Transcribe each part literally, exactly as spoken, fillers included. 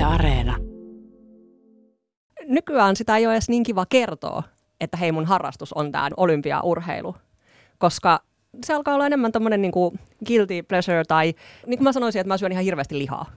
Areena. Nykyään sitä ei ole edes niin kiva kertoa, että hei, mun harrastus on tämä olympiaurheilu, koska se alkaa olla enemmän tommonen niinku guilty pleasure tai niin kuin mä sanoisin, että mä syön ihan hirveästi lihaa.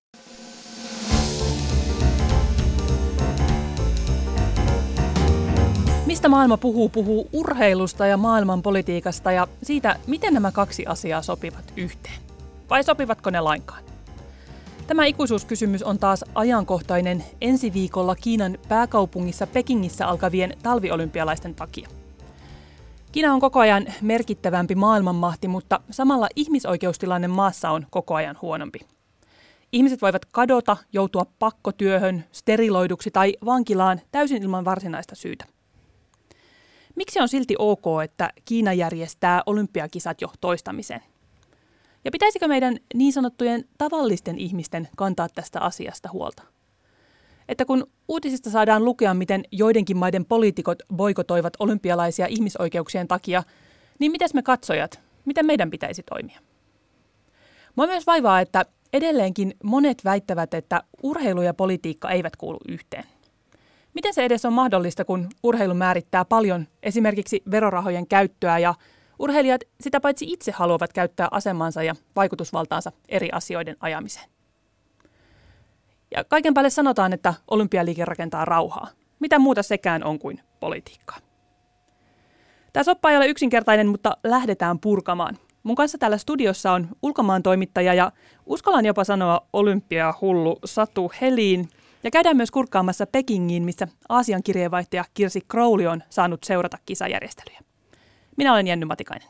Mistä maailma puhuu, puhuu urheilusta ja maailmanpolitiikasta ja siitä, miten nämä kaksi asiaa sopivat yhteen. Vai sopivatko ne lainkaan? Tämä ikuisuuskysymys on taas ajankohtainen ensi viikolla Kiinan pääkaupungissa Pekingissä alkavien talviolympialaisten takia. Kiina on koko ajan merkittävämpi maailmanmahti, mutta samalla ihmisoikeustilanne maassa on koko ajan huonompi. Ihmiset voivat kadota, joutua pakkotyöhön, steriloiduksi tai vankilaan täysin ilman varsinaista syytä. Miksi on silti ok, että Kiina järjestää olympiakisat jo toistamiseen? Ja pitäisikö meidän niin sanottujen tavallisten ihmisten kantaa tästä asiasta huolta? Että kun uutisista saadaan lukea, miten joidenkin maiden poliitikot boikotoivat olympialaisia ihmisoikeuksien takia, niin mites me katsojat, miten meidän pitäisi toimia? Mua myös vaivaa, että edelleenkin monet väittävät, että urheilu ja politiikka eivät kuulu yhteen. Miten se edes on mahdollista, kun urheilu määrittää paljon esimerkiksi verorahojen käyttöä ja urheilijat sitä paitsi itse haluavat käyttää asemansa ja vaikutusvaltaansa eri asioiden ajamiseen? Ja kaiken päälle sanotaan, että olympialiike rakentaa rauhaa. Mitä muuta sekään on kuin politiikkaa. Tämä soppa ei ole yksinkertainen, mutta lähdetään purkamaan. Mun kanssa täällä studiossa on ulkomaan toimittaja ja uskallan jopa sanoa olympiahullu Satu Helin. Ja käydään myös kurkkaamassa Pekingiin, missä Aasian kirjeenvaihtaja Kirsi Crowley on saanut seurata kisajärjestelyjä. Minä olen Jenny Matikainen.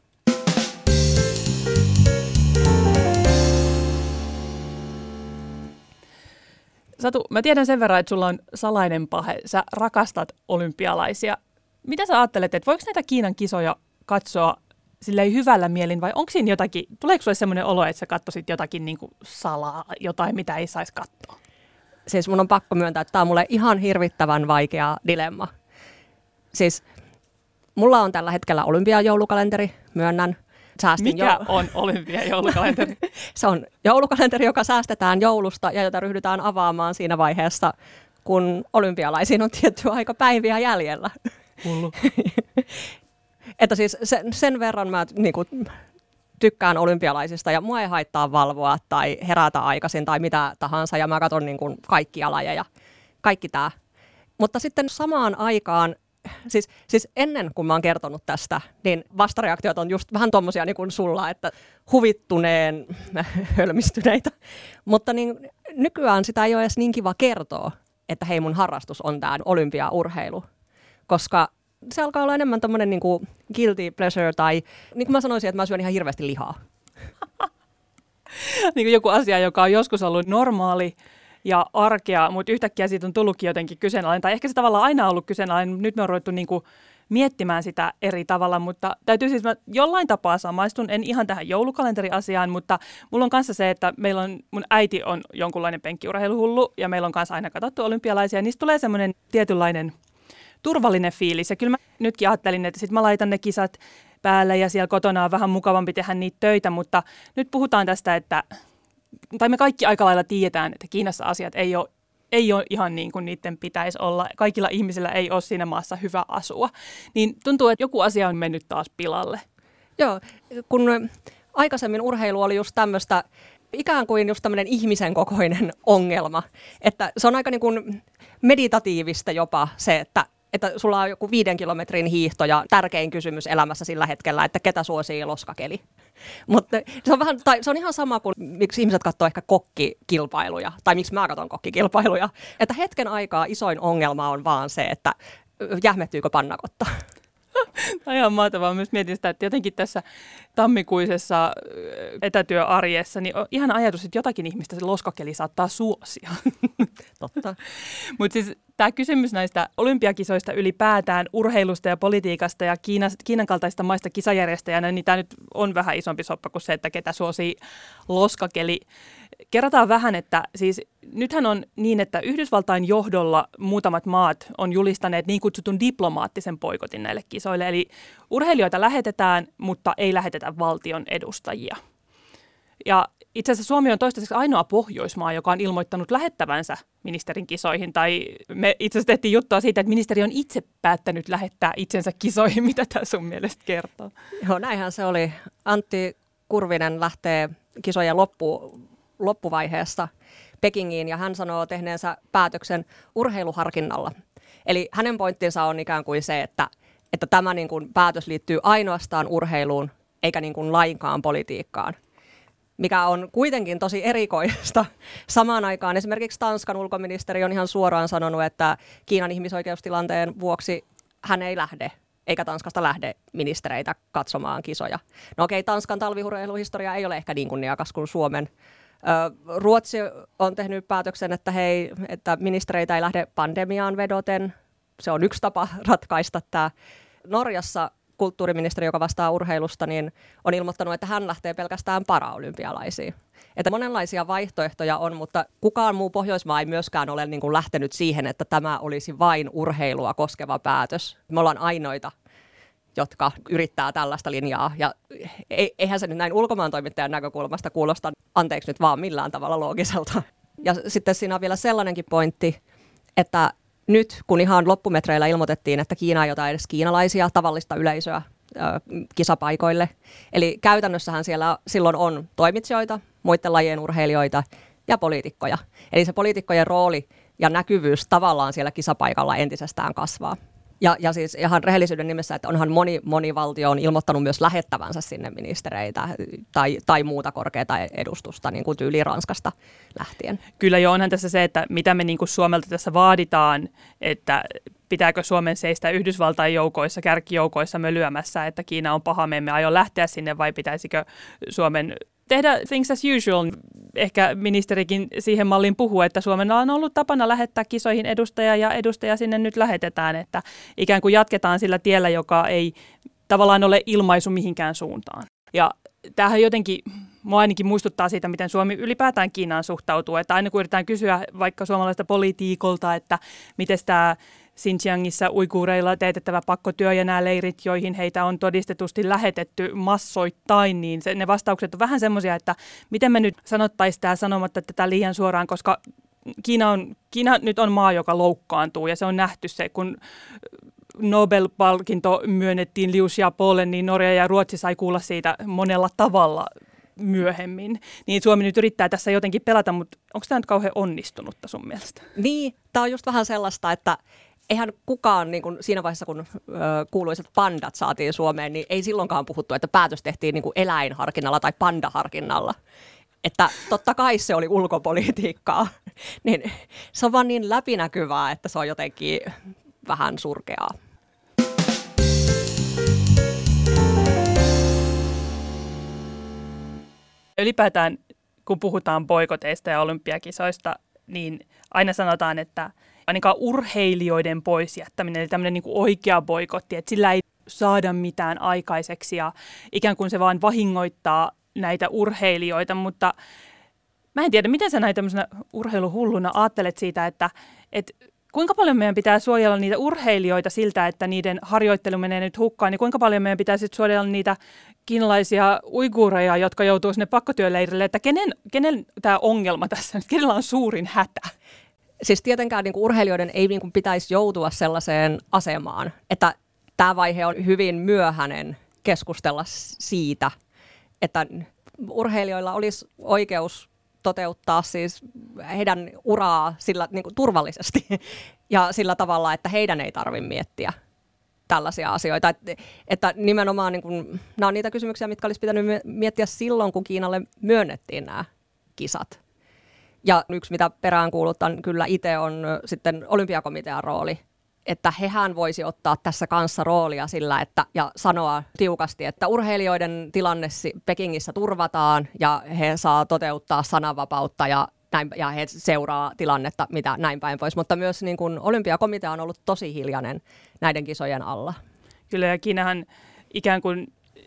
Satu, mä tiedän sen verran, että sulla on salainen pahe. Sä rakastat olympialaisia. Mitä sä ajattelet, että voiko näitä Kiinan kisoja katsoa silleen hyvällä mielin vai onko siinä jotakin, tuleeko sulle semmoinen olo, että sä katsoisit jotakin niin kuin salaa, jotain mitä ei saisi katsoa? Siis mun on pakko myöntää, että tämä on mulle ihan hirvittävän vaikea dilemma. Siis mulla on tällä hetkellä olympiajoulukalenteri, myönnän. Säästin Mikä jo... on olympiajoulukalenteri? Se on joulukalenteri, joka säästetään joulusta ja jota ryhdytään avaamaan siinä vaiheessa, kun olympialaisiin on tietty aika päiviä jäljellä. Hullu. Että siis sen, sen verran mä niinku tykkään olympialaisista ja mua ei haittaa valvoa tai herätä aikaisin tai mitä tahansa ja mä katson niin kuin kaikkia lajeja, kaikki tää. Mutta sitten samaan aikaan, siis, siis ennen kuin mä oon kertonut tästä, niin vastareaktiot on just vähän tommosia niin kuin sulla, että huvittuneen hölmistyneitä. Mutta niin, nykyään sitä ei ole edes niin kiva kertoa, että hei, mun harrastus on tää olympiaurheilu, koska se alkaa olla enemmän tommonen niinku guilty pleasure tai niin kuin mä sanoisin, että mä syön ihan hirveästi lihaa. Niin kuin joku asia, joka on joskus ollut normaali ja arkea, mutta yhtäkkiä siitä on tullutkin jotenkin kyseenalainen. Tai ehkä se tavallaan aina ollut kyseenalainen, mutta nyt me on ruvettu niinku miettimään sitä eri tavalla. Mutta täytyy siis, mä jollain tapaa samaistun, en ihan tähän joulukalenteriasiaan, mutta mulla on kanssa se, että meillä on, mun äiti on jonkunlainen penkkiurheiluhullu ja meillä on kanssa aina katsottu olympialaisia. Niistä tulee semmoinen tietynlainen turvallinen fiilis. Ja kyllä mä nytkin ajattelin, että sit mä laitan ne kisat päälle ja siellä kotona on vähän mukavampi tehdä niitä töitä, mutta nyt puhutaan tästä, että, tai me kaikki aika lailla tiedetään, että Kiinassa asiat ei ole, ei ole ihan niin kuin niiden pitäisi olla. Kaikilla ihmisillä ei ole siinä maassa hyvä asua. Niin tuntuu, että joku asia on mennyt taas pilalle. Joo, kun aikaisemmin urheilu oli just tämmöistä, ikään kuin just tämmöinen ihmisen kokoinen ongelma, että se on aika niin kuin meditatiivista jopa se, että että sulla on joku viiden kilometrin hiihto ja tärkein kysymys elämässä sillä hetkellä, että ketä suosii loskakeli. Mutta se on, vähän, tai se on ihan sama kuin miksi ihmiset katsoo ehkä kokkikilpailuja, tai miksi mä katson kokkikilpailuja. Että hetken aikaa isoin ongelma on vaan se, että jähmettyykö pannakotta. Tämä on ihan mahtavaa. Myös mietin sitä, että jotenkin tässä tammikuisessa etätyöarjessa niin on ihan ajatus, että jotakin ihmistä se loskakeli saattaa suosia. Totta. Mutta siis tämä kysymys näistä olympiakisoista ylipäätään, urheilusta ja politiikasta ja Kiinan, Kiinan kaltaista maista kisajärjestäjänä, niin tämä nyt on vähän isompi soppa kuin se, että ketä suosii loskakeli. Kerrotaan vähän, että siis nythän on niin, että Yhdysvaltain johdolla muutamat maat on julistaneet niin kutsutun diplomaattisen boikotin näille kisoille. Eli urheilijoita lähetetään, mutta ei lähetetä valtion edustajia. Ja itse asiassa Suomi on toistaiseksi ainoa Pohjoismaa, joka on ilmoittanut lähettävänsä ministerin kisoihin. Tai me itse asiassa tehtiin juttua siitä, että ministeri on itse päättänyt lähettää itsensä kisoihin. Mitä tämä sun mielestä kertoo? Joo, näinhän se oli. Antti Kurvinen lähtee kisojen loppu, loppuvaiheessa Pekingiin ja hän sanoo tehneensä päätöksen urheiluharkinnalla. Eli hänen pointtinsa on ikään kuin se, että, että tämä niin kuin päätös liittyy ainoastaan urheiluun eikä niin kuin lainkaan politiikkaan, mikä on kuitenkin tosi erikoista. Samaan aikaan esimerkiksi Tanskan ulkoministeri on ihan suoraan sanonut, että Kiinan ihmisoikeustilanteen vuoksi hän ei lähde, eikä Tanskasta lähde ministereitä katsomaan kisoja. No okei, Tanskan talvihurheiluhistoria ei ole ehkä niin kunniakas kuin Suomen. Ruotsi on tehnyt päätöksen, että, hei, että ministereitä ei lähde pandemiaan vedoten. Se on yksi tapa ratkaista tämä. Norjassa kulttuuriministeri, joka vastaa urheilusta, niin on ilmoittanut, että hän lähtee pelkästään paraolympialaisiin. Että monenlaisia vaihtoehtoja on, mutta kukaan muu Pohjoismaa ei myöskään ole niin kuin lähtenyt siihen, että tämä olisi vain urheilua koskeva päätös. Me ollaan ainoita, jotka yrittää tällaista linjaa. Ja eihän se nyt näin ulkomaan toimittajan näkökulmasta kuulosta, anteeksi nyt vaan millään tavalla loogiselta. Ja sitten siinä on vielä sellainenkin pointti, että nyt kun ihan loppumetreillä ilmoitettiin, että Kiina ei ota edes kiinalaisia tavallista yleisöä ö, kisapaikoille. Eli käytännössähän siellä silloin on toimitsijoita, muiden lajien urheilijoita ja poliitikkoja. Eli se poliitikkojen rooli ja näkyvyys tavallaan siellä kisapaikalla entisestään kasvaa. Ja, ja siis ihan rehellisyyden nimessä, että onhan moni, moni valtio on ilmoittanut myös lähettävänsä sinne ministereitä tai, tai muuta korkeata edustusta, niin kuin tyyli Ranskasta lähtien. Kyllä jo onhan tässä se, että mitä me niin kuin Suomelta tässä vaaditaan, että pitääkö Suomen seistä Yhdysvaltain joukoissa, kärkijoukoissa mölyämässä, että Kiina on paha, me emme aio lähteä sinne, vai pitäisikö Suomen tehdä things as usual? Ehkä ministerikin siihen malliin puhuu, että Suomella on ollut tapana lähettää kisoihin edustaja ja edustaja sinne nyt lähetetään, että ikään kuin jatketaan sillä tiellä, joka ei tavallaan ole ilmaisu mihinkään suuntaan. Ja tämähän jotenkin, mua ainakin muistuttaa siitä, miten Suomi ylipäätään Kiinaan suhtautuu, että aina kun yritetään kysyä vaikka suomalaista politiikolta, että miten tämä Xinjiangissa uiguureilla teetettävä pakkotyö ja nämä leirit, joihin heitä on todistetusti lähetetty massoittain, niin se, ne vastaukset on vähän semmoisia, että miten me nyt sanottaisiin tämä sanomatta tätä liian suoraan, koska Kiina, on, Kiina nyt on maa, joka loukkaantuu ja se on nähty se, kun Nobel-palkinto myönnettiin Liu Xiaobolle, niin Norja ja Ruotsi sai kuulla siitä monella tavalla myöhemmin. Niin Suomi nyt yrittää tässä jotenkin pelata, mutta onko tämä nyt kauhean onnistunutta sun mielestä? Niin, tämä on just vähän sellaista, että eihän kukaan niin kuin siinä vaiheessa, kun ö, kuuluiset pandat saatiin Suomeen, niin ei silloinkaan puhuttu, että päätös tehtiin niin kuin eläinharkinnalla tai pandaharkinnalla. Että totta kai se oli ulkopolitiikkaa. Niin se on vaan niin läpinäkyvää, että se on jotenkin vähän surkeaa. Ylipäätään, kun puhutaan boikoteista ja olympiakisoista, niin aina sanotaan, että ainakaan urheilijoiden pois jättäminen, eli tämmöinen niin kuin oikea boikotti, että sillä ei saada mitään aikaiseksi ja ikään kuin se vaan vahingoittaa näitä urheilijoita, mutta mä en tiedä, miten sä näitä tämmöisenä urheiluhulluna ajattelet siitä, että, että kuinka paljon meidän pitää suojella niitä urheilijoita siltä, että niiden harjoittelu menee nyt hukkaan, niin kuinka paljon meidän pitää sitten suojella niitä kiinalaisia uiguureja, jotka joutuu sinne pakkotyöleirille, että kenen, kenen tämä ongelma tässä, kenellä on suurin hätä? Siis tietenkään niin kuin urheilijoiden ei niin kuin pitäisi joutua sellaiseen asemaan, että tämä vaihe on hyvin myöhäinen keskustella siitä, että urheilijoilla olisi oikeus toteuttaa siis heidän uraa sillä, niin kuin turvallisesti ja sillä tavalla, että heidän ei tarvitse miettiä tällaisia asioita. Että, että nimenomaan niin kuin, nämä on niitä kysymyksiä, mitkä olisi pitänyt miettiä silloin, kun Kiinalle myönnettiin nämä kisat. Ja yksi, mitä peräänkuulutan kyllä itse, on sitten olympiakomitean rooli, että hehän voisi ottaa tässä kanssa roolia sillä, että, ja sanoa tiukasti, että urheilijoiden tilanne Pekingissä turvataan ja he saa toteuttaa sananvapautta ja, näin, ja he seuraa tilannetta, mitä näin päin pois. Mutta myös niin kuin olympiakomitea on ollut tosi hiljainen näiden kisojen alla. Kyllä, ja Kiinahan ikään kuin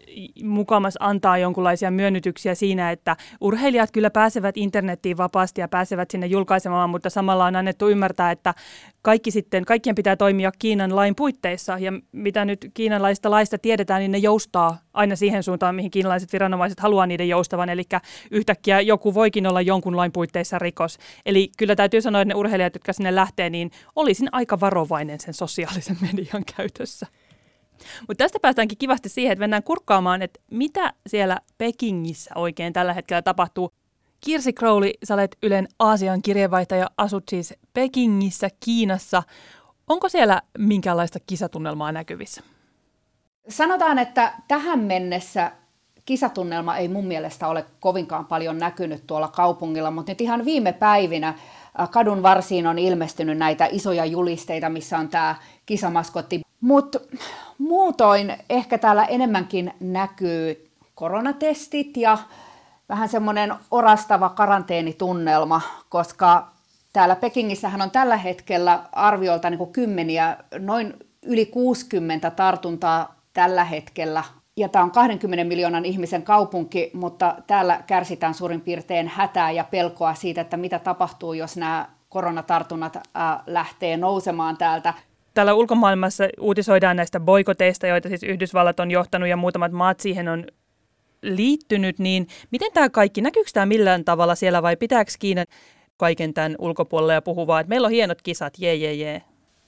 mukamas antaa jonkinlaisia myönnytyksiä siinä, että urheilijat kyllä pääsevät internettiin vapaasti ja pääsevät sinne julkaisemaan, mutta samalla on annettu ymmärtää, että kaikki sitten, kaikkien pitää toimia Kiinan lain puitteissa. Ja mitä nyt kiinalaisista laista tiedetään, niin ne joustaa aina siihen suuntaan, mihin kiinalaiset viranomaiset haluaa niiden joustavan. Eli yhtäkkiä joku voikin olla jonkun lain puitteissa rikos. Eli kyllä täytyy sanoa, että ne urheilijat, jotka sinne lähtee, niin olisin aika varovainen sen sosiaalisen median käytössä. Mutta tästä päästäänkin kivasti siihen, että mennään kurkkaamaan, että mitä siellä Pekingissä oikein tällä hetkellä tapahtuu. Kirsi Crowley, sä olet Ylen Aasian kirjeenvaihtaja, asut siis Pekingissä, Kiinassa. Onko siellä minkäänlaista kisatunnelmaa näkyvissä? Sanotaan, että tähän mennessä kisatunnelma ei mun mielestä ole kovinkaan paljon näkynyt tuolla kaupungilla, mutta nyt ihan viime päivinä kadun varsiin on ilmestynyt näitä isoja julisteita, missä on tämä kisamaskotti. Mutta muutoin ehkä täällä enemmänkin näkyy koronatestit ja vähän semmoinen orastava karanteenitunnelma, koska täällä Pekingissähän on tällä hetkellä arviolta niin kuin kymmeniä, noin yli kuusikymmentä tartuntaa tällä hetkellä. Ja tämä on kahdenkymmenen miljoonan ihmisen kaupunki, mutta täällä kärsitään suurin piirtein hätää ja pelkoa siitä, että mitä tapahtuu, jos nämä koronatartunnat ää, lähtee nousemaan täältä. Täällä ulkomaailmassa uutisoidaan näistä boikoteista, joita siis Yhdysvallat on johtanut ja muutamat maat siihen on liittynyt, niin miten tämä kaikki, näkyykö tämä millään tavalla siellä vai pitääkö Kiina kaiken tämän ulkopuolella ja puhuu vaan, että meillä on hienot kisat, jee, jee, jee?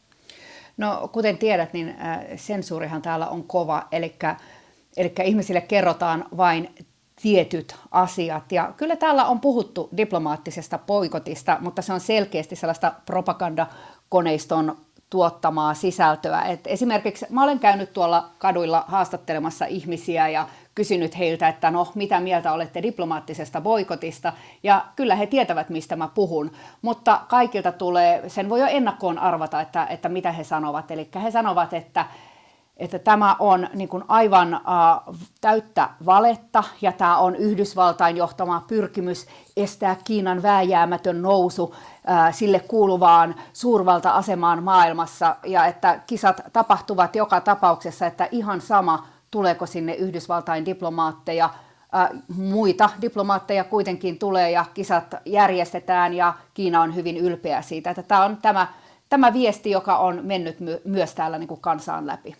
No kuten tiedät, niin sensuurihan täällä on kova, eli, eli ihmisille kerrotaan vain tietyt asiat. Ja kyllä täällä on puhuttu diplomaattisesta boikotista, mutta se on selkeästi sellaista propagandakoneiston tuottamaa sisältöä. Et esimerkiksi mä olen käynyt tuolla kaduilla haastattelemassa ihmisiä ja kysynyt heiltä, että no mitä mieltä olette diplomaattisesta boikotista, ja kyllä he tietävät, mistä mä puhun, mutta kaikilta tulee, sen voi jo ennakkoon arvata, että, että mitä he sanovat, eli he sanovat, että, että tämä on niin kuin aivan äh, täyttä valetta, ja tämä on Yhdysvaltain johtama pyrkimys estää Kiinan vääjäämätön nousu äh, sille kuuluvaan suurvalta-asemaan maailmassa, ja että kisat tapahtuvat joka tapauksessa, että ihan sama, tuleeko sinne Yhdysvaltain diplomaatteja, äh, muita diplomaatteja kuitenkin tulee ja kisat järjestetään ja Kiina on hyvin ylpeä siitä, että tämä on tämä, tämä viesti, joka on mennyt my- myös täällä niin kuin kansaan läpi.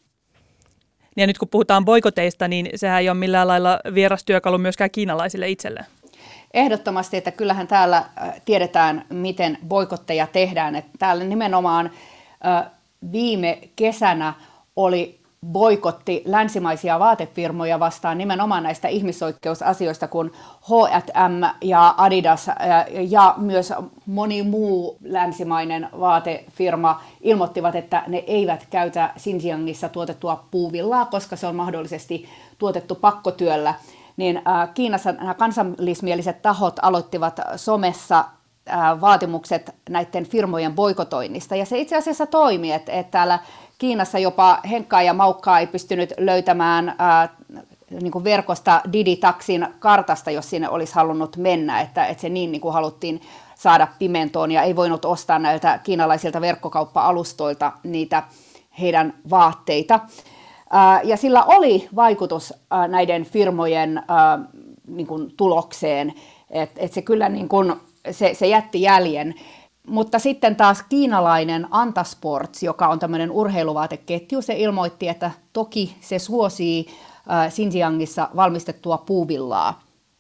Ja nyt kun puhutaan boikoteista, niin sehän ei ole millään lailla vieras työkalu myöskään kiinalaisille itselleen. Ehdottomasti, että kyllähän täällä tiedetään, miten boikotteja tehdään. Että täällä nimenomaan äh, viime kesänä oli boikotti länsimaisia vaatefirmoja vastaan nimenomaan näistä ihmisoikeusasioista, kun H and M ja Adidas ja myös moni muu länsimainen vaatefirma ilmoittivat, että ne eivät käytä Xinjiangissa tuotettua puuvillaa, koska se on mahdollisesti tuotettu pakkotyöllä. Niin Kiinassa nämä kansallismieliset tahot aloittivat somessa vaatimukset näiden firmojen boikotoinnista, ja se itse asiassa toimi, että, että täällä Kiinassa jopa henkkaa ja maukkaa ei pystynyt löytämään ää, niin kuin verkosta Didi-taksin kartasta, jos sinne olisi halunnut mennä, että, että se niin, niin kuin haluttiin saada pimentoon ja ei voinut ostaa näiltä kiinalaisilta verkkokauppa-alustoilta niitä heidän vaatteita. Ää, ja sillä oli vaikutus ää, näiden firmojen ää, niin kuin tulokseen, että et se kyllä niin kuin, se, se jätti jäljen. Mutta sitten taas kiinalainen Antasports, joka on tämmöinen urheiluvaateketju, se ilmoitti, että toki se suosii äh, Xinjiangissa valmistettua puuvillaa.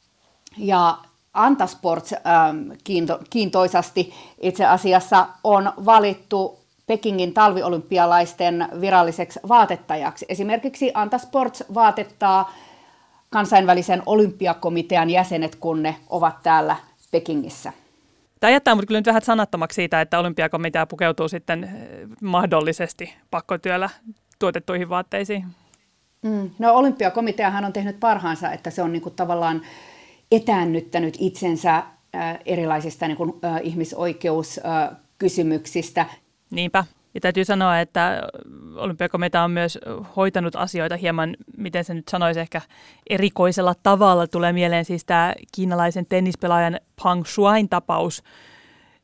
Ja Antasports äh, kiinto, kiintoisasti itse asiassa on valittu Pekingin talviolympialaisten viralliseksi vaatettajaksi. Esimerkiksi Antasports vaatettaa kansainvälisen olympiakomitean jäsenet, kun ne ovat täällä Pekingissä. Tämä jättää mut kyllä nyt vähän sanattomaksi siitä, että olympiakomitea pukeutuu sitten mahdollisesti pakkotyöllä tuotettuihin vaatteisiin. Mm, no olympiakomiteahan on tehnyt parhaansa, että se on niin kuin tavallaan etäännyttänyt itsensä äh, erilaisista niin kuin, äh, ihmisoikeuskysymyksistä. Äh, Niinpä. Ja täytyy sanoa, että olympiakomitea on myös hoitanut asioita hieman, miten se nyt sanoisi, ehkä erikoisella tavalla. Tulee mieleen siis tämä kiinalaisen tennispelaajan Peng Shuain tapaus,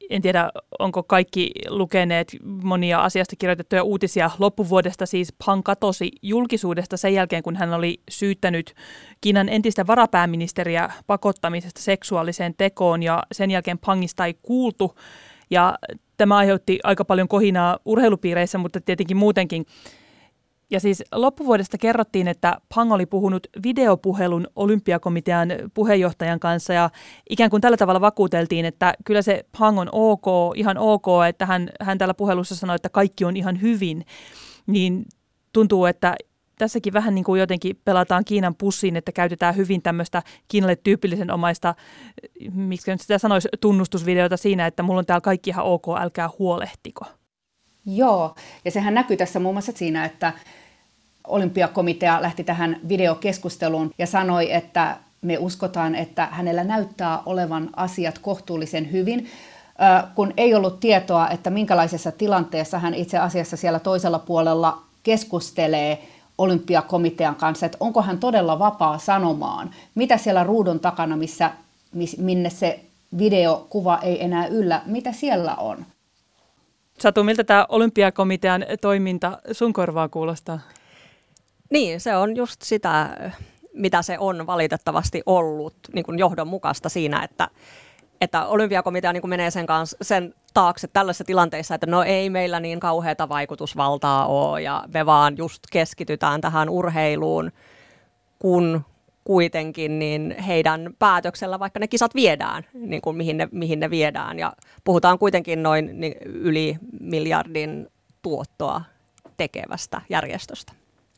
En tiedä, onko kaikki lukeneet monia asiasta kirjoitettuja uutisia. Loppuvuodesta siis Pang katosi julkisuudesta sen jälkeen, kun hän oli syyttänyt Kiinan entistä varapääministeriä pakottamisesta seksuaaliseen tekoon, ja sen jälkeen Pangista ei kuultu. Ja tämä aiheutti aika paljon kohinaa urheilupiireissä, mutta tietenkin muutenkin. Ja siis loppuvuodesta kerrottiin, että Pang oli puhunut videopuhelun olympiakomitean puheenjohtajan kanssa ja ikään kuin tällä tavalla vakuuteltiin, että kyllä se Pang on ok, ihan ok, että hän, hän tällä puhelussa sanoi, että kaikki on ihan hyvin. Niin tuntuu, että tässäkin vähän niin kuin jotenkin pelataan Kiinan pussiin, että käytetään hyvin tämmöistä Kiinalle tyypillisen omaista, miksi nyt sitä sanoisi, tunnustusvideota siinä, että mulla on täällä kaikki ihan ok, älkää huolehtiko. Joo, ja sehän näkyy tässä muun muassa siinä, että olympiakomitea lähti tähän videokeskusteluun ja sanoi, että me uskotaan, että hänellä näyttää olevan asiat kohtuullisen hyvin, kun ei ollut tietoa, että minkälaisessa tilanteessa hän itse asiassa siellä toisella puolella keskustelee olympiakomitean kanssa, että onko hän todella vapaa sanomaan, mitä siellä ruudun takana, missä, minne se videokuva ei enää yllä, mitä siellä on. Satu, miltä tämä olympiakomitean toiminta sun korvaa kuulostaa? Niin, se on just sitä, mitä se on valitettavasti ollut niin kuin johdonmukaista siinä, että, että olympiakomitea niin kuin menee sen, kanssa, sen taakse tällaisissa tilanteissa, että no ei meillä niin kauheata vaikutusvaltaa ole ja me vaan just keskitytään tähän urheiluun, kun kuitenkin niin heidän päätöksellä vaikka ne kisat viedään, niin kuin mihin, ne, mihin ne viedään. Ja puhutaan kuitenkin noin niin yli miljardin tuottoa tekevästä järjestöstä.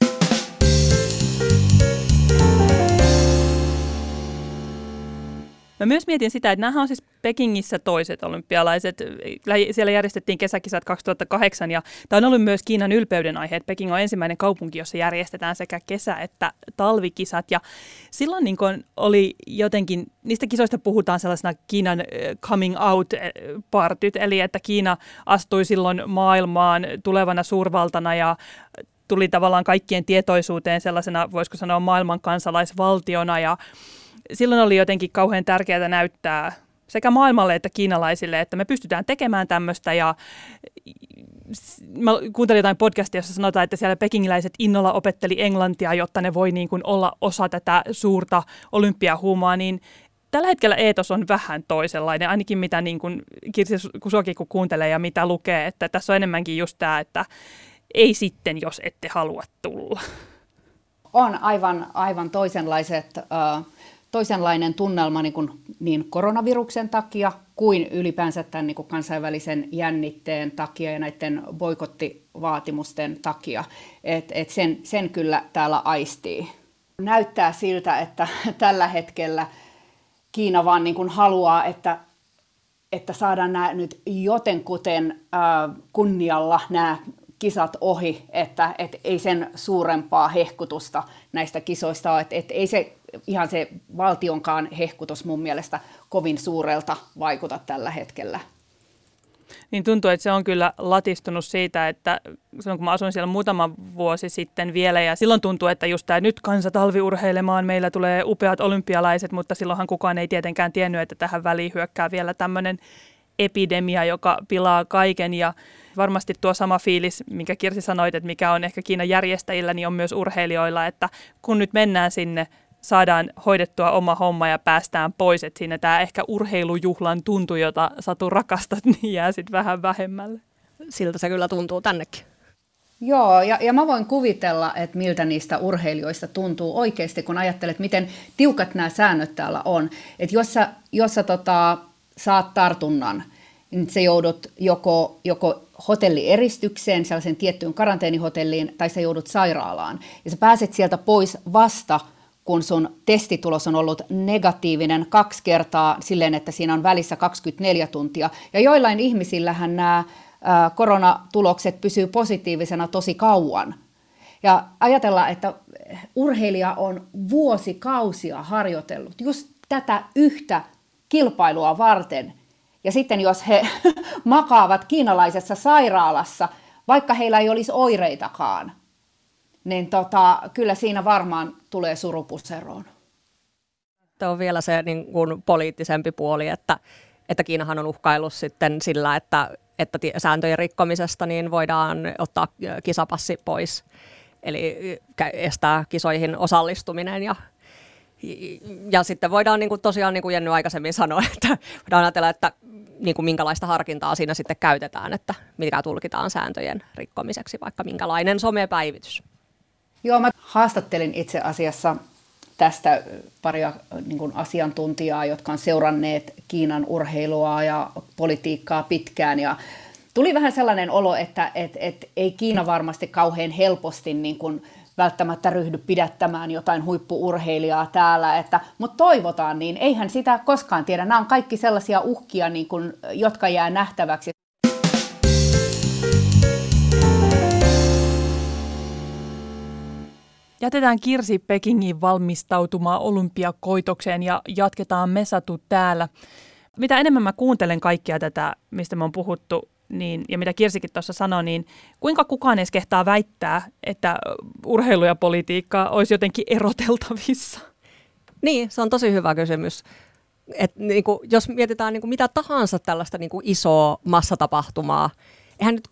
Mä myös mietin sitä, että nämähän on siis Pekingissä toiset olympialaiset. Siellä järjestettiin kesäkisat kaksituhattakahdeksan ja tämä on ollut myös Kiinan ylpeyden aihe, että Peking on ensimmäinen kaupunki, jossa järjestetään sekä kesä- että talvikisat. Ja silloin niin kun oli jotenkin, niistä kisoista puhutaan sellaisena Kiinan coming out-partyt, eli että Kiina astui silloin maailmaan tulevana suurvaltana ja tuli tavallaan kaikkien tietoisuuteen sellaisena, voisiko sanoa, maailman kansalaisvaltiona ja silloin oli jotenkin kauhean tärkeää näyttää sekä maailmalle että kiinalaisille, että me pystytään tekemään tämmöistä. Ja mä kuuntelin jotain podcastia, jossa sanotaan, että siellä pekingiläiset innolla opetteli englantia, jotta ne voi niin kuin olla osa tätä suurta olympiahuumaa, niin tällä hetkellä eetos on vähän toisenlainen, ainakin mitä niin kuin Kirsi Kusoki kun kuuntelee ja mitä lukee, että tässä on enemmänkin just tämä, että ei sitten, jos ette halua tulla. On aivan, aivan toisenlaiset... Uh... toisenlainen tunnelma niin, kuin, niin koronaviruksen takia kuin ylipäänsä tämän niin kuin kansainvälisen jännitteen takia ja näiden boikottivaatimusten takia. Et, et sen, sen kyllä täällä aistii. Näyttää siltä, että tällä hetkellä Kiina vaan niin kuin haluaa, että, että saadaan nämä nyt jotenkuten äh, kunnialla nämä kisat ohi, että et ei sen suurempaa hehkutusta näistä kisoista ole. Et, et ei se ihan se valtionkaan hehkutus mun mielestä kovin suurelta vaikuta tällä hetkellä. Niin tuntuu, että se on kyllä latistunut siitä, että silloin kun mä asuin siellä muutama vuosi sitten vielä ja silloin tuntuu, että just tämä nyt kansa talviurheilemaan, meillä tulee upeat olympialaiset, mutta silloinhan kukaan ei tietenkään tiennyt, että tähän väliin hyökkää vielä tämmöinen epidemia, joka pilaa kaiken ja varmasti tuo sama fiilis, minkä Kirsi sanoit, että mikä on ehkä Kiinan järjestäjillä, niin on myös urheilijoilla, että kun nyt mennään sinne, saadaan hoidettua oma homma ja päästään pois, että siinä tämä ehkä urheilujuhlan tuntu, jota Satu rakastat, niin jää sitten vähän vähemmälle. Siltä se kyllä tuntuu tännekin. Joo, ja, ja mä voin kuvitella, että miltä niistä urheilijoista tuntuu oikeasti, kun ajattelet, miten tiukat nämä säännöt täällä on. Että jos sä, jos sä tota, saat tartunnan, niin sä joudut joko, joko hotellieristykseen, sellaisen tiettyyn karanteenihotelliin, tai sä joudut sairaalaan. Ja sä pääset sieltä pois vasta, kun sun testitulos on ollut negatiivinen kaksi kertaa silleen, että siinä on välissä kaksikymmentäneljä tuntia. Ja joillain ihmisillähän nämä ää, koronatulokset pysyy positiivisena tosi kauan. Ja ajatellaan, että urheilija on vuosikausia harjoitellut just tätä yhtä kilpailua varten. Ja sitten jos he makaavat kiinalaisessa sairaalassa, vaikka heillä ei olisi oireitakaan, niin tota, kyllä siinä varmaan tulee surupusseroon. Tämä on vielä se niin kuin poliittisempi puoli, että, että Kiinahan on uhkaillut sitten sillä, että, että sääntöjen rikkomisesta niin voidaan ottaa kisapassi pois, eli estää kisoihin osallistuminen ja Ja sitten voidaan niin kuin tosiaan, niin kuin Jenny aikaisemmin sanoi, että voidaan ajatella, että niin kuin minkälaista harkintaa siinä sitten käytetään, että mikä tulkitaan sääntöjen rikkomiseksi, vaikka minkälainen somepäivitys. Joo, mä haastattelin itse asiassa tästä paria niin kuin asiantuntijaa, jotka on seuranneet Kiinan urheilua ja politiikkaa pitkään, ja tuli vähän sellainen olo, että et, et ei Kiina varmasti kauhean helposti niin kuin välttämättä ryhdy pidättämään jotain huippu-urheilijaa täällä, että, mutta toivotaan niin, eihän sitä koskaan tiedä. Nämä on kaikki sellaisia uhkia, niin kuin, jotka jää nähtäväksi. Jätetään Kirsi Pekingin valmistautumaan olympiakoitokseen ja jatketaan Mesatu täällä. Mitä enemmän mä kuuntelen kaikkea tätä, mistä me on puhuttu, niin, ja mitä Kirsikin tuossa sanoi, niin kuinka kukaan edes kehtaa väittää, että urheilu ja politiikka olisi jotenkin eroteltavissa? Niin, se on tosi hyvä kysymys. Et, niin kuin, jos mietitään niin kuin mitä tahansa tällaista niin kuin isoa massatapahtumaa, eihän nyt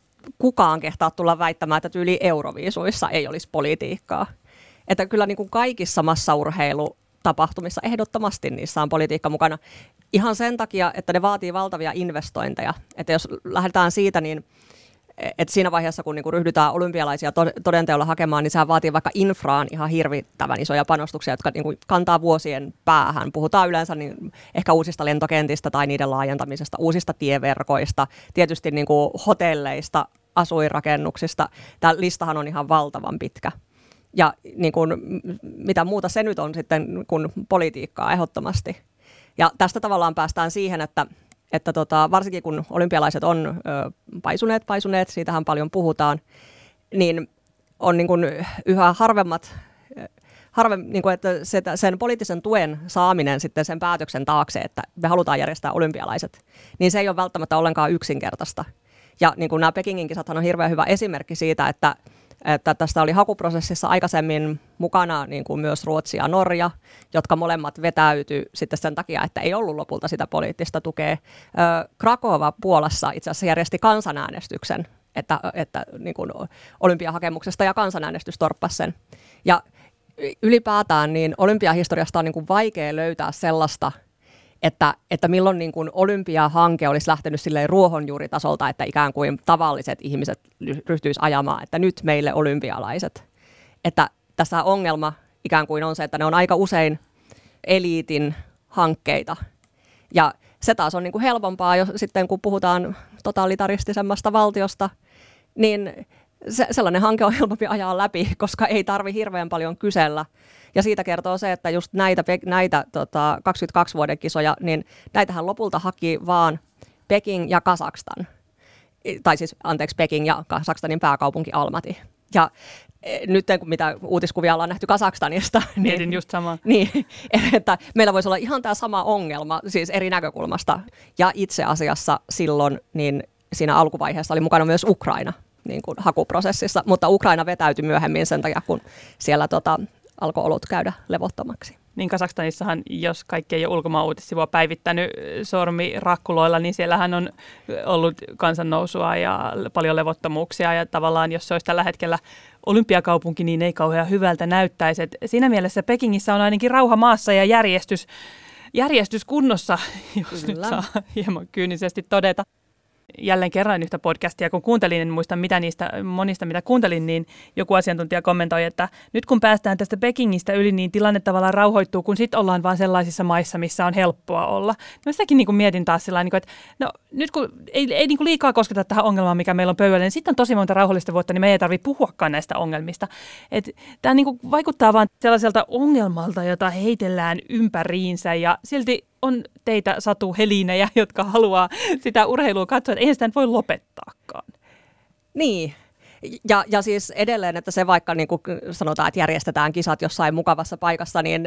kukaan kehtaa tulla väittämään, että tyyli Euroviisuissa ei olisi politiikkaa. Että kyllä niin kuin kaikissa massaurheilutapahtumissa ehdottomasti niissä on politiikka mukana. Ihan sen takia, että ne vaatii valtavia investointeja. Että jos lähdetään siitä, niin että siinä vaiheessa, kun niinku ryhdytään olympialaisia todenteolla hakemaan, niin sehän vaatii vaikka infraan ihan hirvittävän isoja panostuksia, jotka niinku kantaa vuosien päähän. Puhutaan yleensä niin ehkä uusista lentokentistä tai niiden laajentamisesta, uusista tieverkoista, tietysti niinku hotelleista, asuinrakennuksista. Tämä listahan on ihan valtavan pitkä. Ja niin kuin, mitä muuta se nyt on sitten kuin politiikkaa ehdottomasti. Ja tästä tavallaan päästään siihen, että, että tota, varsinkin kun olympialaiset on ö, paisuneet, paisuneet, siitähän paljon puhutaan, niin on niin kuin yhä harvemmat, harve, niin kuin, että se, sen poliittisen tuen saaminen sitten sen päätöksen taakse, että me halutaan järjestää olympialaiset, niin se ei ole välttämättä ollenkaan yksinkertaista. Ja niin kuin nämä Pekingin kisathan on hirveän hyvä esimerkki siitä, että että tästä oli hakuprosessissa aikaisemmin mukana niin kuin myös Ruotsi ja Norja, jotka molemmat vetäytyi sitten sen takia, että ei ollut lopulta sitä poliittista tukea. Krakova Puolassa itse asiassa järjesti kansanäänestyksen, että, että niin kuin olympiahakemuksesta ja kansanäänestys torppasi sen. Ja ylipäätään niin olympiahistoriasta on niin kuin vaikea löytää sellaista, Että, että milloin niin kuin olympiahanke olisi lähtenyt silleen ruohonjuuritasolta, että ikään kuin tavalliset ihmiset ryhtyisivät ajamaan, että nyt meille olympialaiset. Että tässä ongelma ikään kuin on se, että ne on aika usein eliitin hankkeita. Ja se taas on niin kuin helpompaa, jos sitten kun puhutaan totalitaristisemmasta valtiosta, niin se, sellainen hanke on helpompi ajaa läpi, koska ei tarvi hirveän paljon kysellä. Ja siitä kertoo se, että just näitä, näitä tota, kaksikymmentäkaksi vuoden kisoja, niin näitähän lopulta haki vaan Peking ja Kazakstan. Tai siis, anteeksi, Peking ja Kazakstanin pääkaupunki Almaty. Ja nyt kun mitä uutiskuvia ollaan nähty Kazakstanista, niin, Mietin just sama. Niin, että meillä voisi olla ihan tämä sama ongelma, siis eri näkökulmasta. Ja itse asiassa silloin niin siinä alkuvaiheessa oli mukana myös Ukraina niin kuin hakuprosessissa, mutta Ukraina vetäytyi myöhemmin sen takia, kun siellä tota, alkoi olut käydä levottomaksi. Niin Kazakstanissahan, jos kaikki ei ole ulkomaan uutissivua päivittänyt sormi rakkuloilla, niin siellähän on ollut kansannousua ja paljon levottomuuksia. Ja tavallaan, jos se olisi tällä hetkellä olympiakaupunki, niin ei kauhean hyvältä näyttäisi. Et siinä mielessä Pekingissä on ainakin rauha maassa ja järjestys, järjestys kunnossa, jos Kyllä. nyt saa hieman kyynisesti todeta. Jälleen kerran yhtä podcastia, kun kuuntelin, en muista mitä niistä monista, mitä kuuntelin, niin joku asiantuntija kommentoi, että nyt kun päästään tästä Pekingistä yli, niin tilanne tavallaan rauhoittuu, kun sitten ollaan vaan sellaisissa maissa, missä on helppoa olla. No sitäkin niin kuin mietin taas sillä tavalla, että no, nyt kun ei, ei niin kuin liikaa kosketa tähän ongelmaan, mikä meillä on pöydällä, niin sitten on tosi monta rauhallista vuotta, niin me ei tarvitse puhuakaan näistä ongelmista. Tämä niin kuin vaikuttaa vaan sellaiselta ongelmalta, jota heitellään ympäriinsä ja silti on teitä Satu Helinejä, jotka haluaa sitä urheilua katsoa, että eihän sitä voi lopettaakaan. Niin, ja, ja siis edelleen, että se vaikka niin kuin sanotaan, että järjestetään kisat jossain mukavassa paikassa, niin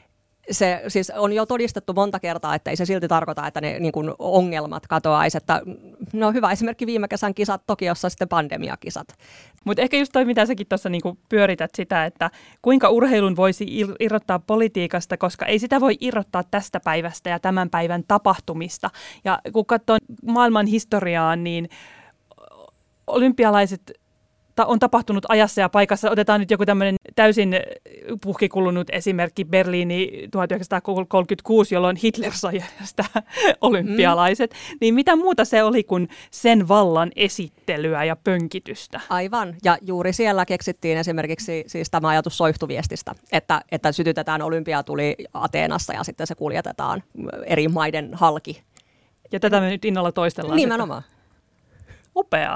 se siis on jo todistettu monta kertaa, että ei se silti tarkoita, että ne niin kuin ongelmat katoaisi. Että No hyvä esimerkki viime kesän kisat, Tokiossa sitten pandemiakisat. Mutta ehkä just toi, mitä säkin tuossa niinku pyörität sitä, että kuinka urheilun voisi irrottaa politiikasta, koska ei sitä voi irrottaa tästä päivästä ja tämän päivän tapahtumista. Ja kun katsoo maailman historiaan, niin olympialaiset on tapahtunut ajassa ja paikassa. Otetaan nyt joku tämmöinen täysin puhkikulunut esimerkki, Berliini tuhatyhdeksänsataakolmekymmentäkuusi, jolloin Hitler sai järjestää olympialaiset. Mm. Niin mitä muuta se oli kuin sen vallan esittelyä ja pönkitystä? Aivan. Ja juuri siellä keksittiin esimerkiksi siis tämä ajatus soihtuviestistä, että, että sytytetään olympiatuli Ateenassa ja sitten se kuljetetaan eri maiden halki. Ja tätä me nyt innolla toistellaan. Nimenomaan. Upeaa.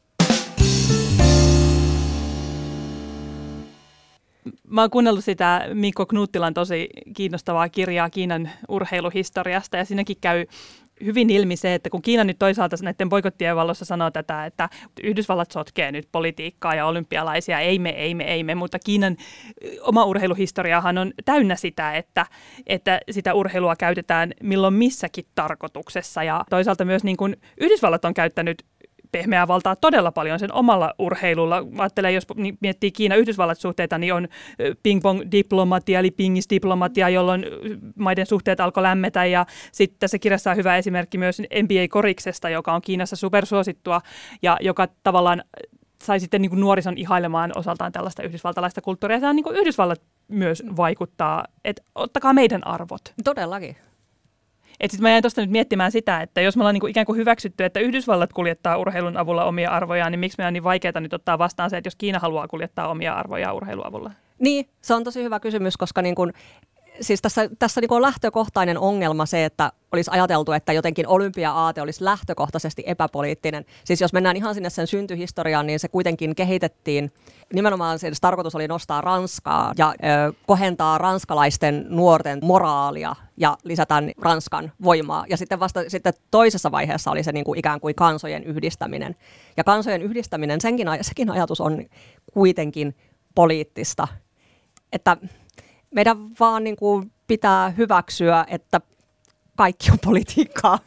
Mä oon kuunnellut sitä Mikko Knuttilan tosi kiinnostavaa kirjaa Kiinan urheiluhistoriasta, ja siinäkin käy hyvin ilmi se, että kun Kiina nyt toisaalta näiden boikottien valossa sanoo tätä, että Yhdysvallat sotkee nyt politiikkaa ja olympialaisia, ei me, ei me, ei me, mutta Kiinan oma urheiluhistoriahan on täynnä sitä, että, että sitä urheilua käytetään milloin missäkin tarkoituksessa, ja toisaalta myös niin kuin Yhdysvallat on käyttänyt pehmeää valtaa todella paljon sen omalla urheilulla. Mä ajattelen, jos miettii Kiina-Yhdysvallat-suhteita, niin on ping-pong-diplomatia, eli pingisdiplomatia, jolloin maiden suhteet alkoi lämmetä. Ja sitten tässä kirjassa on hyvä esimerkki myös N B A-koriksesta, joka on Kiinassa supersuosittua ja joka tavallaan sai sitten niin kuin nuorison ihailemaan osaltaan tällaista yhdysvaltalaista kulttuuria. Tämä on niin kuin Yhdysvallat myös vaikuttaa, että ottakaa meidän arvot. Todellakin. Sitten mä jäin tuosta nyt miettimään sitä, että jos me ollaan niinku ikään kuin hyväksytty, että Yhdysvallat kuljettaa urheilun avulla omia arvojaan, niin miksi meidän on niin vaikeaa nyt ottaa vastaan se, että jos Kiina haluaa kuljettaa omia arvojaan urheilun avulla? Niin, se on tosi hyvä kysymys, koska niin kun, siis tässä, tässä niin kun on lähtökohtainen ongelma se, että olisi ajateltu, että jotenkin olympia-aate olisi lähtökohtaisesti epäpoliittinen. Siis jos mennään ihan sinne sen syntyhistoriaan, niin se kuitenkin kehitettiin. Nimenomaan se tarkoitus oli nostaa Ranskaa ja ö, kohentaa ranskalaisten nuorten moraalia ja lisätään Ranskan voimaa. Ja sitten vasta sitten toisessa vaiheessa oli se niin kuin ikään kuin kansojen yhdistäminen. Ja kansojen yhdistäminen, senkin, sekin ajatus on kuitenkin poliittista. Että meidän vaan niin kuin pitää hyväksyä, että kaikki on politiikkaa.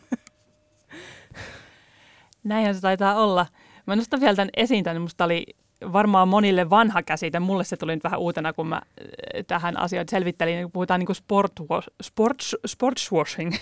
Näinhän se taitaa olla. Mä nostan vielä tämän esiin, niin musta oli varmaan monille vanha käsite. Mulle se tuli nyt vähän uutena, kun mä tähän asiaan selvittelin. Kun puhutaan niin kuin sport, sports, sportswashing.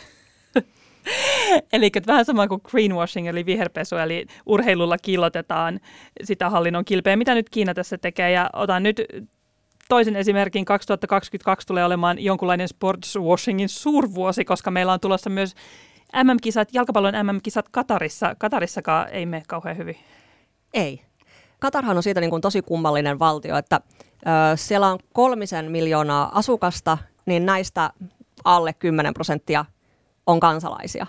Eli vähän sama kuin greenwashing, eli viherpesu, eli urheilulla kiillotetaan sitä hallinnon kilpeä, mitä nyt Kiina tässä tekee. Ja otan nyt toisen esimerkin, kaksituhattakaksikymmentäkaksi tulee olemaan jonkunlainen sportswashingin suurvuosi, koska meillä on tulossa myös M M-kisat, jalkapallon M M-kisat Katarissa. Katarissakaan ei mene kauhean hyvin. Ei. Katarhan on siitä niin kuin tosi kummallinen valtio, että ö, siellä on kolmisen miljoonaa asukasta, niin näistä alle kymmenen prosenttia on kansalaisia.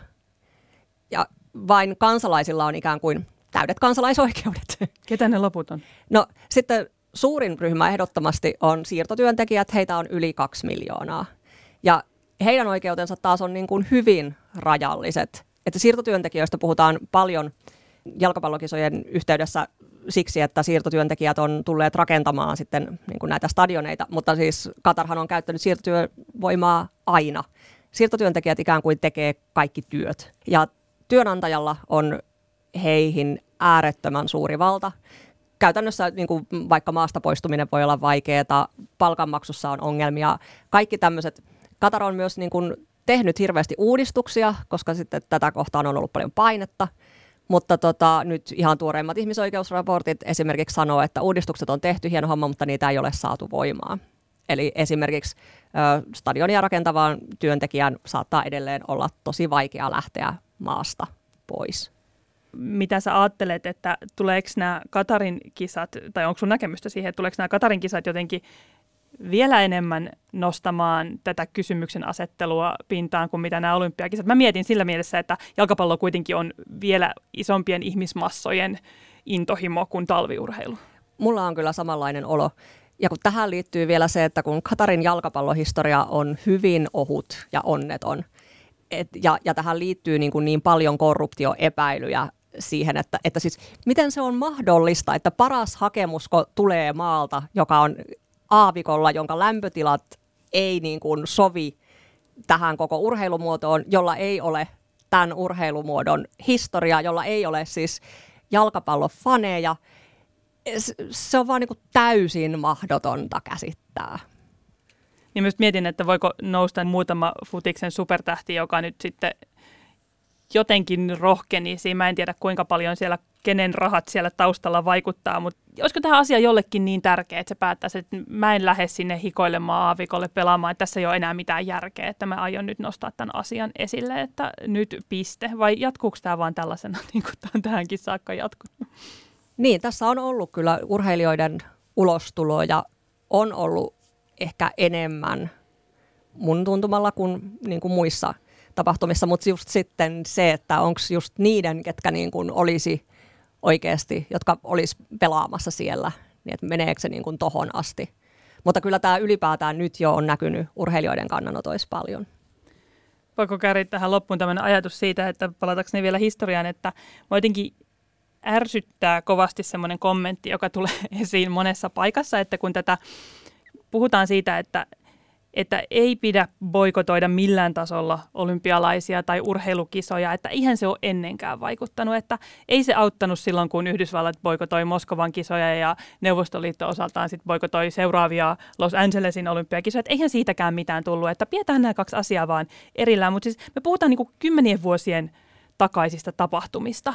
Ja vain kansalaisilla on ikään kuin täydet kansalaisoikeudet. Ketä ne loput on? No sitten suurin ryhmä ehdottomasti on siirtotyöntekijät, heitä on yli kaksi miljoonaa. Ja heidän oikeutensa taas on niin kuin hyvin rajalliset. Että siirtotyöntekijöistä puhutaan paljon jalkapallokisojen yhteydessä siksi, että siirtotyöntekijät on tulleet rakentamaan sitten niin kuin näitä stadioneita, mutta siis Katarhan on käyttänyt siirtotyövoimaa aina. Siirtotyöntekijät ikään kuin tekee kaikki työt. Ja työnantajalla on heihin äärettömän suuri valta. Käytännössä niin kuin vaikka maasta poistuminen voi olla vaikeaa, palkanmaksussa on ongelmia. Kaikki tämmöiset. Katar on myös niin kuin tehnyt hirveästi uudistuksia, koska sitten tätä kohtaan on ollut paljon painetta. Mutta tota, nyt ihan tuoreimmat ihmisoikeusraportit esimerkiksi sanoo, että uudistukset on tehty, hieno homma, mutta niitä ei ole saatu voimaan. Eli esimerkiksi ö, stadionia rakentavaan työntekijän saattaa edelleen olla tosi vaikea lähteä maasta pois. Mitä sä ajattelet, että tuleeko nämä Katarin kisat, tai onko sun näkemystä siihen, että tuleeko nämä Katarin kisat jotenkin vielä enemmän nostamaan tätä kysymyksen asettelua pintaan kuin mitä nämä olympiakisat? Mä mietin sillä mielessä, että jalkapallo kuitenkin on vielä isompien ihmismassojen intohimo kuin talviurheilu. Mulla on kyllä samanlainen olo. Ja kun tähän liittyy vielä se, että kun Katarin jalkapallohistoria on hyvin ohut ja onneton, et, ja, ja tähän liittyy niin, kuin niin paljon korruptioepäilyjä siihen, että, että siis miten se on mahdollista, että paras hakemusko tulee maalta, joka on aavikolla, jonka lämpötilat ei niin kuin sovi tähän koko urheilumuotoon, jolla ei ole tämän urheilumuodon historia, jolla ei ole siis jalkapallofaneja. Se on vaan niin kuin täysin mahdotonta käsittää. Niin myös mietin, että voiko nousta muutama futiksen supertähti, joka nyt sitten jotenkin rohkenisi. Mä en tiedä, kuinka paljon siellä, kenen rahat siellä taustalla vaikuttaa, mutta olisiko tämä asia jollekin niin tärkeä, että se päättäisi, että mä en lähde sinne hikoilemaan aavikolle pelaamaan, että tässä ei ole enää mitään järkeä, että mä aion nyt nostaa tämän asian esille, että nyt piste. Vai jatkuuko tämä vaan tällaisena, niin kuin tämä on tähänkin saakka jatkunut? Niin, tässä on ollut kyllä urheilijoiden ulostuloja, on ollut ehkä enemmän mun tuntumalla kuin, niin kuin muissa tapahtumissa, mutta just sitten se, että onko just niiden, ketkä niin kuin olisi oikeasti, jotka olisi pelaamassa siellä, niin että meneekö se niin kuin tohon asti. Mutta kyllä tämä ylipäätään nyt jo on näkynyt urheilijoiden kannanotoissa paljon. Voiko käydä tähän loppuun tämmöinen ajatus siitä, että palatakseni vielä historiaan, että mä jotenkin ärsyttää kovasti semmoinen kommentti, joka tulee esiin monessa paikassa, että kun tätä puhutaan siitä, että, että ei pidä boikotoida millään tasolla olympialaisia tai urheilukisoja, että eihän se ole ennenkään vaikuttanut, että ei se auttanut silloin, kun Yhdysvallat boikotoi Moskovan kisoja ja Neuvostoliitto osaltaan sitten boikotoi seuraavia Los Angelesin olympiakisoja, että eihän siitäkään mitään tullut, että pidetään nämä kaksi asiaa vaan erillään, mutta siis me puhutaan niin kuin kymmenien vuosien takaisista tapahtumista.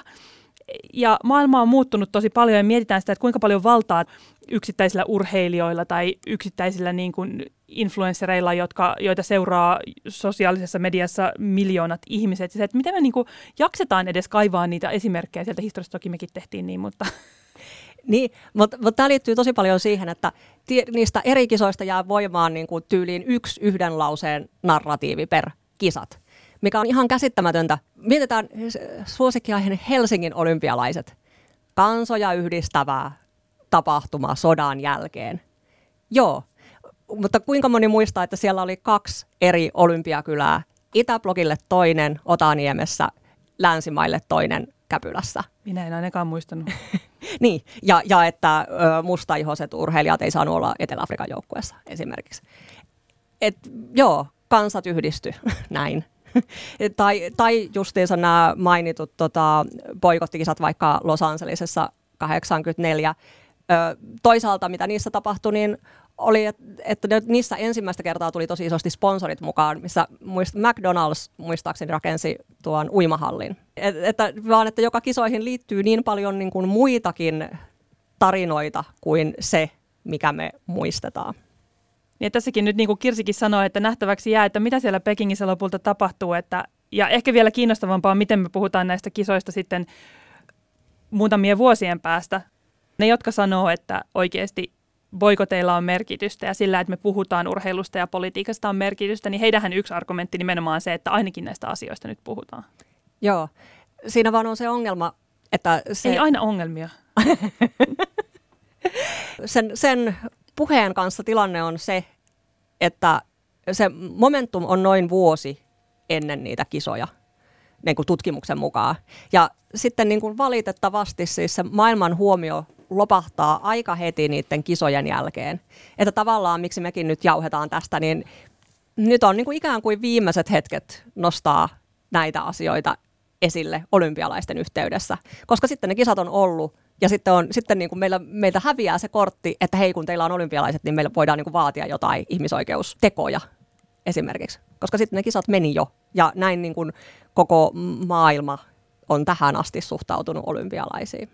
Ja maailma on muuttunut tosi paljon ja mietitään sitä, että kuinka paljon valtaa yksittäisillä urheilijoilla tai yksittäisillä niin kuin influenssereilla, jotka, joita seuraa sosiaalisessa mediassa miljoonat ihmiset. Ja se, että miten me niin kuin jaksetaan edes kaivaa niitä esimerkkejä sieltä historiasta, toki mekin tehtiin niin, mutta... Niin, mutta, mutta tämä liittyy tosi paljon siihen, että tie, niistä eri kisoista jää voimaan niin kuin tyyliin yksi yhden lauseen narratiivi per kisat, mikä on ihan käsittämätöntä. Mietitään suosikkiaiheen Helsingin olympialaiset. Kansoja yhdistävää tapahtuma sodan jälkeen. Joo, mutta kuinka moni muistaa, että siellä oli kaksi eri olympiakylää. Itäblokille toinen Otaniemessä, länsimaille toinen Käpylässä. Minä en ainakaan muistanut. Niin, ja, ja että ö, mustaihoiset urheilijat ei saanut olla Etelä-Afrikan joukkueessa esimerkiksi. Et, joo, kansat yhdisty, näin. tai, tai justiinsa nämä mainitut tota, boikottikisat vaikka Los Angelesissa kahdeksankymmentäneljä. Ö, toisaalta mitä niissä tapahtui, niin oli, että, että niissä ensimmäistä kertaa tuli tosi isosti sponsorit mukaan, missä muist, McDonald's muistaakseni rakensi tuon uimahallin. Et, että, vaan että joka kisoihin liittyy niin paljon niin kuin muitakin tarinoita kuin se, mikä me muistetaan. Ja tässäkin nyt niin kuin Kirsikin sanoi, että nähtäväksi jää, että mitä siellä Pekingissä lopulta tapahtuu. Että, ja ehkä vielä kiinnostavampaa, miten me puhutaan näistä kisoista sitten muutamien vuosien päästä. Ne, jotka sanoo, että oikeasti boikoteilla on merkitystä ja sillä, että me puhutaan urheilusta ja politiikasta on merkitystä, niin heidänhän yksi argumentti nimenomaan se, että ainakin näistä asioista nyt puhutaan. Joo, siinä vaan on se ongelma, että se... Ei aina ongelmia. sen, sen puheen kanssa tilanne on se, että se momentum on noin vuosi ennen niitä kisoja, niin kuin tutkimuksen mukaan. Ja sitten niin kuin valitettavasti siis se maailman huomio lopahtaa aika heti niiden kisojen jälkeen. Että tavallaan miksi mekin nyt jauhetaan tästä, niin nyt on niin kuin ikään kuin viimeiset hetket nostaa näitä asioita esille olympialaisten yhteydessä, koska sitten ne kisat on ollut ja sitten, on, sitten niin kuin meillä, meiltä häviää se kortti, että hei kun teillä on olympialaiset, niin meillä voidaan niin kuin vaatia jotain ihmisoikeustekoja esimerkiksi, koska sitten ne kisat meni jo ja näin niin kuin koko maailma on tähän asti suhtautunut olympialaisiin.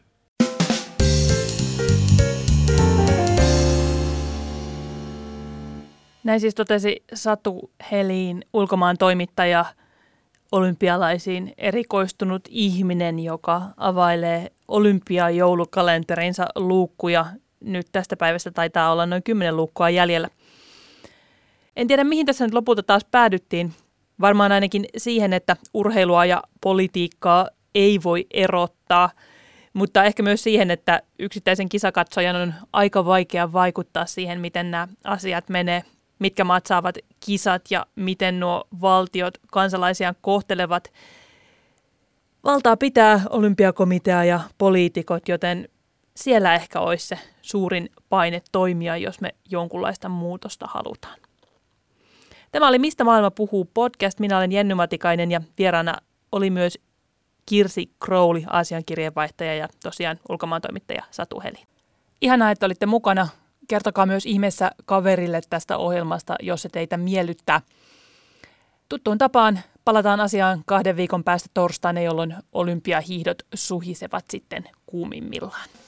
Näin siis totesi Satu Helin, ulkomaan toimittaja, olympialaisiin erikoistunut ihminen, joka availee olympiajoulukalenterinsa luukkuja. Nyt tästä päivästä taitaa olla noin kymmenen luukkua jäljellä. En tiedä, mihin tässä nyt lopulta taas päädyttiin. Varmaan ainakin siihen, että urheilua ja politiikkaa ei voi erottaa, mutta ehkä myös siihen, että yksittäisen kisakatsojan on aika vaikea vaikuttaa siihen, miten nämä asiat menee, mitkä maat saavat kisat ja miten nuo valtiot kansalaisiaan kohtelevat. Valtaa pitää olympiakomitea ja poliitikot, joten siellä ehkä olisi se suurin paine toimia, jos me jonkunlaista muutosta halutaan. Tämä oli Mistä maailma puhuu podcast. Minä olen Jenny Matikainen ja vieraana oli myös Kirsi Crowley, Aasian kirjeenvaihtaja ja tosiaan ulkomaantoimittaja Satu Heli. Ihanaa, että olitte mukana. Kertokaa myös ihmeessä kaverille tästä ohjelmasta, jos se teitä miellyttää. Tuttuun tapaan palataan asiaan kahden viikon päästä torstaina, jolloin olympiahiihdot suhisevat sitten kuumimmillaan.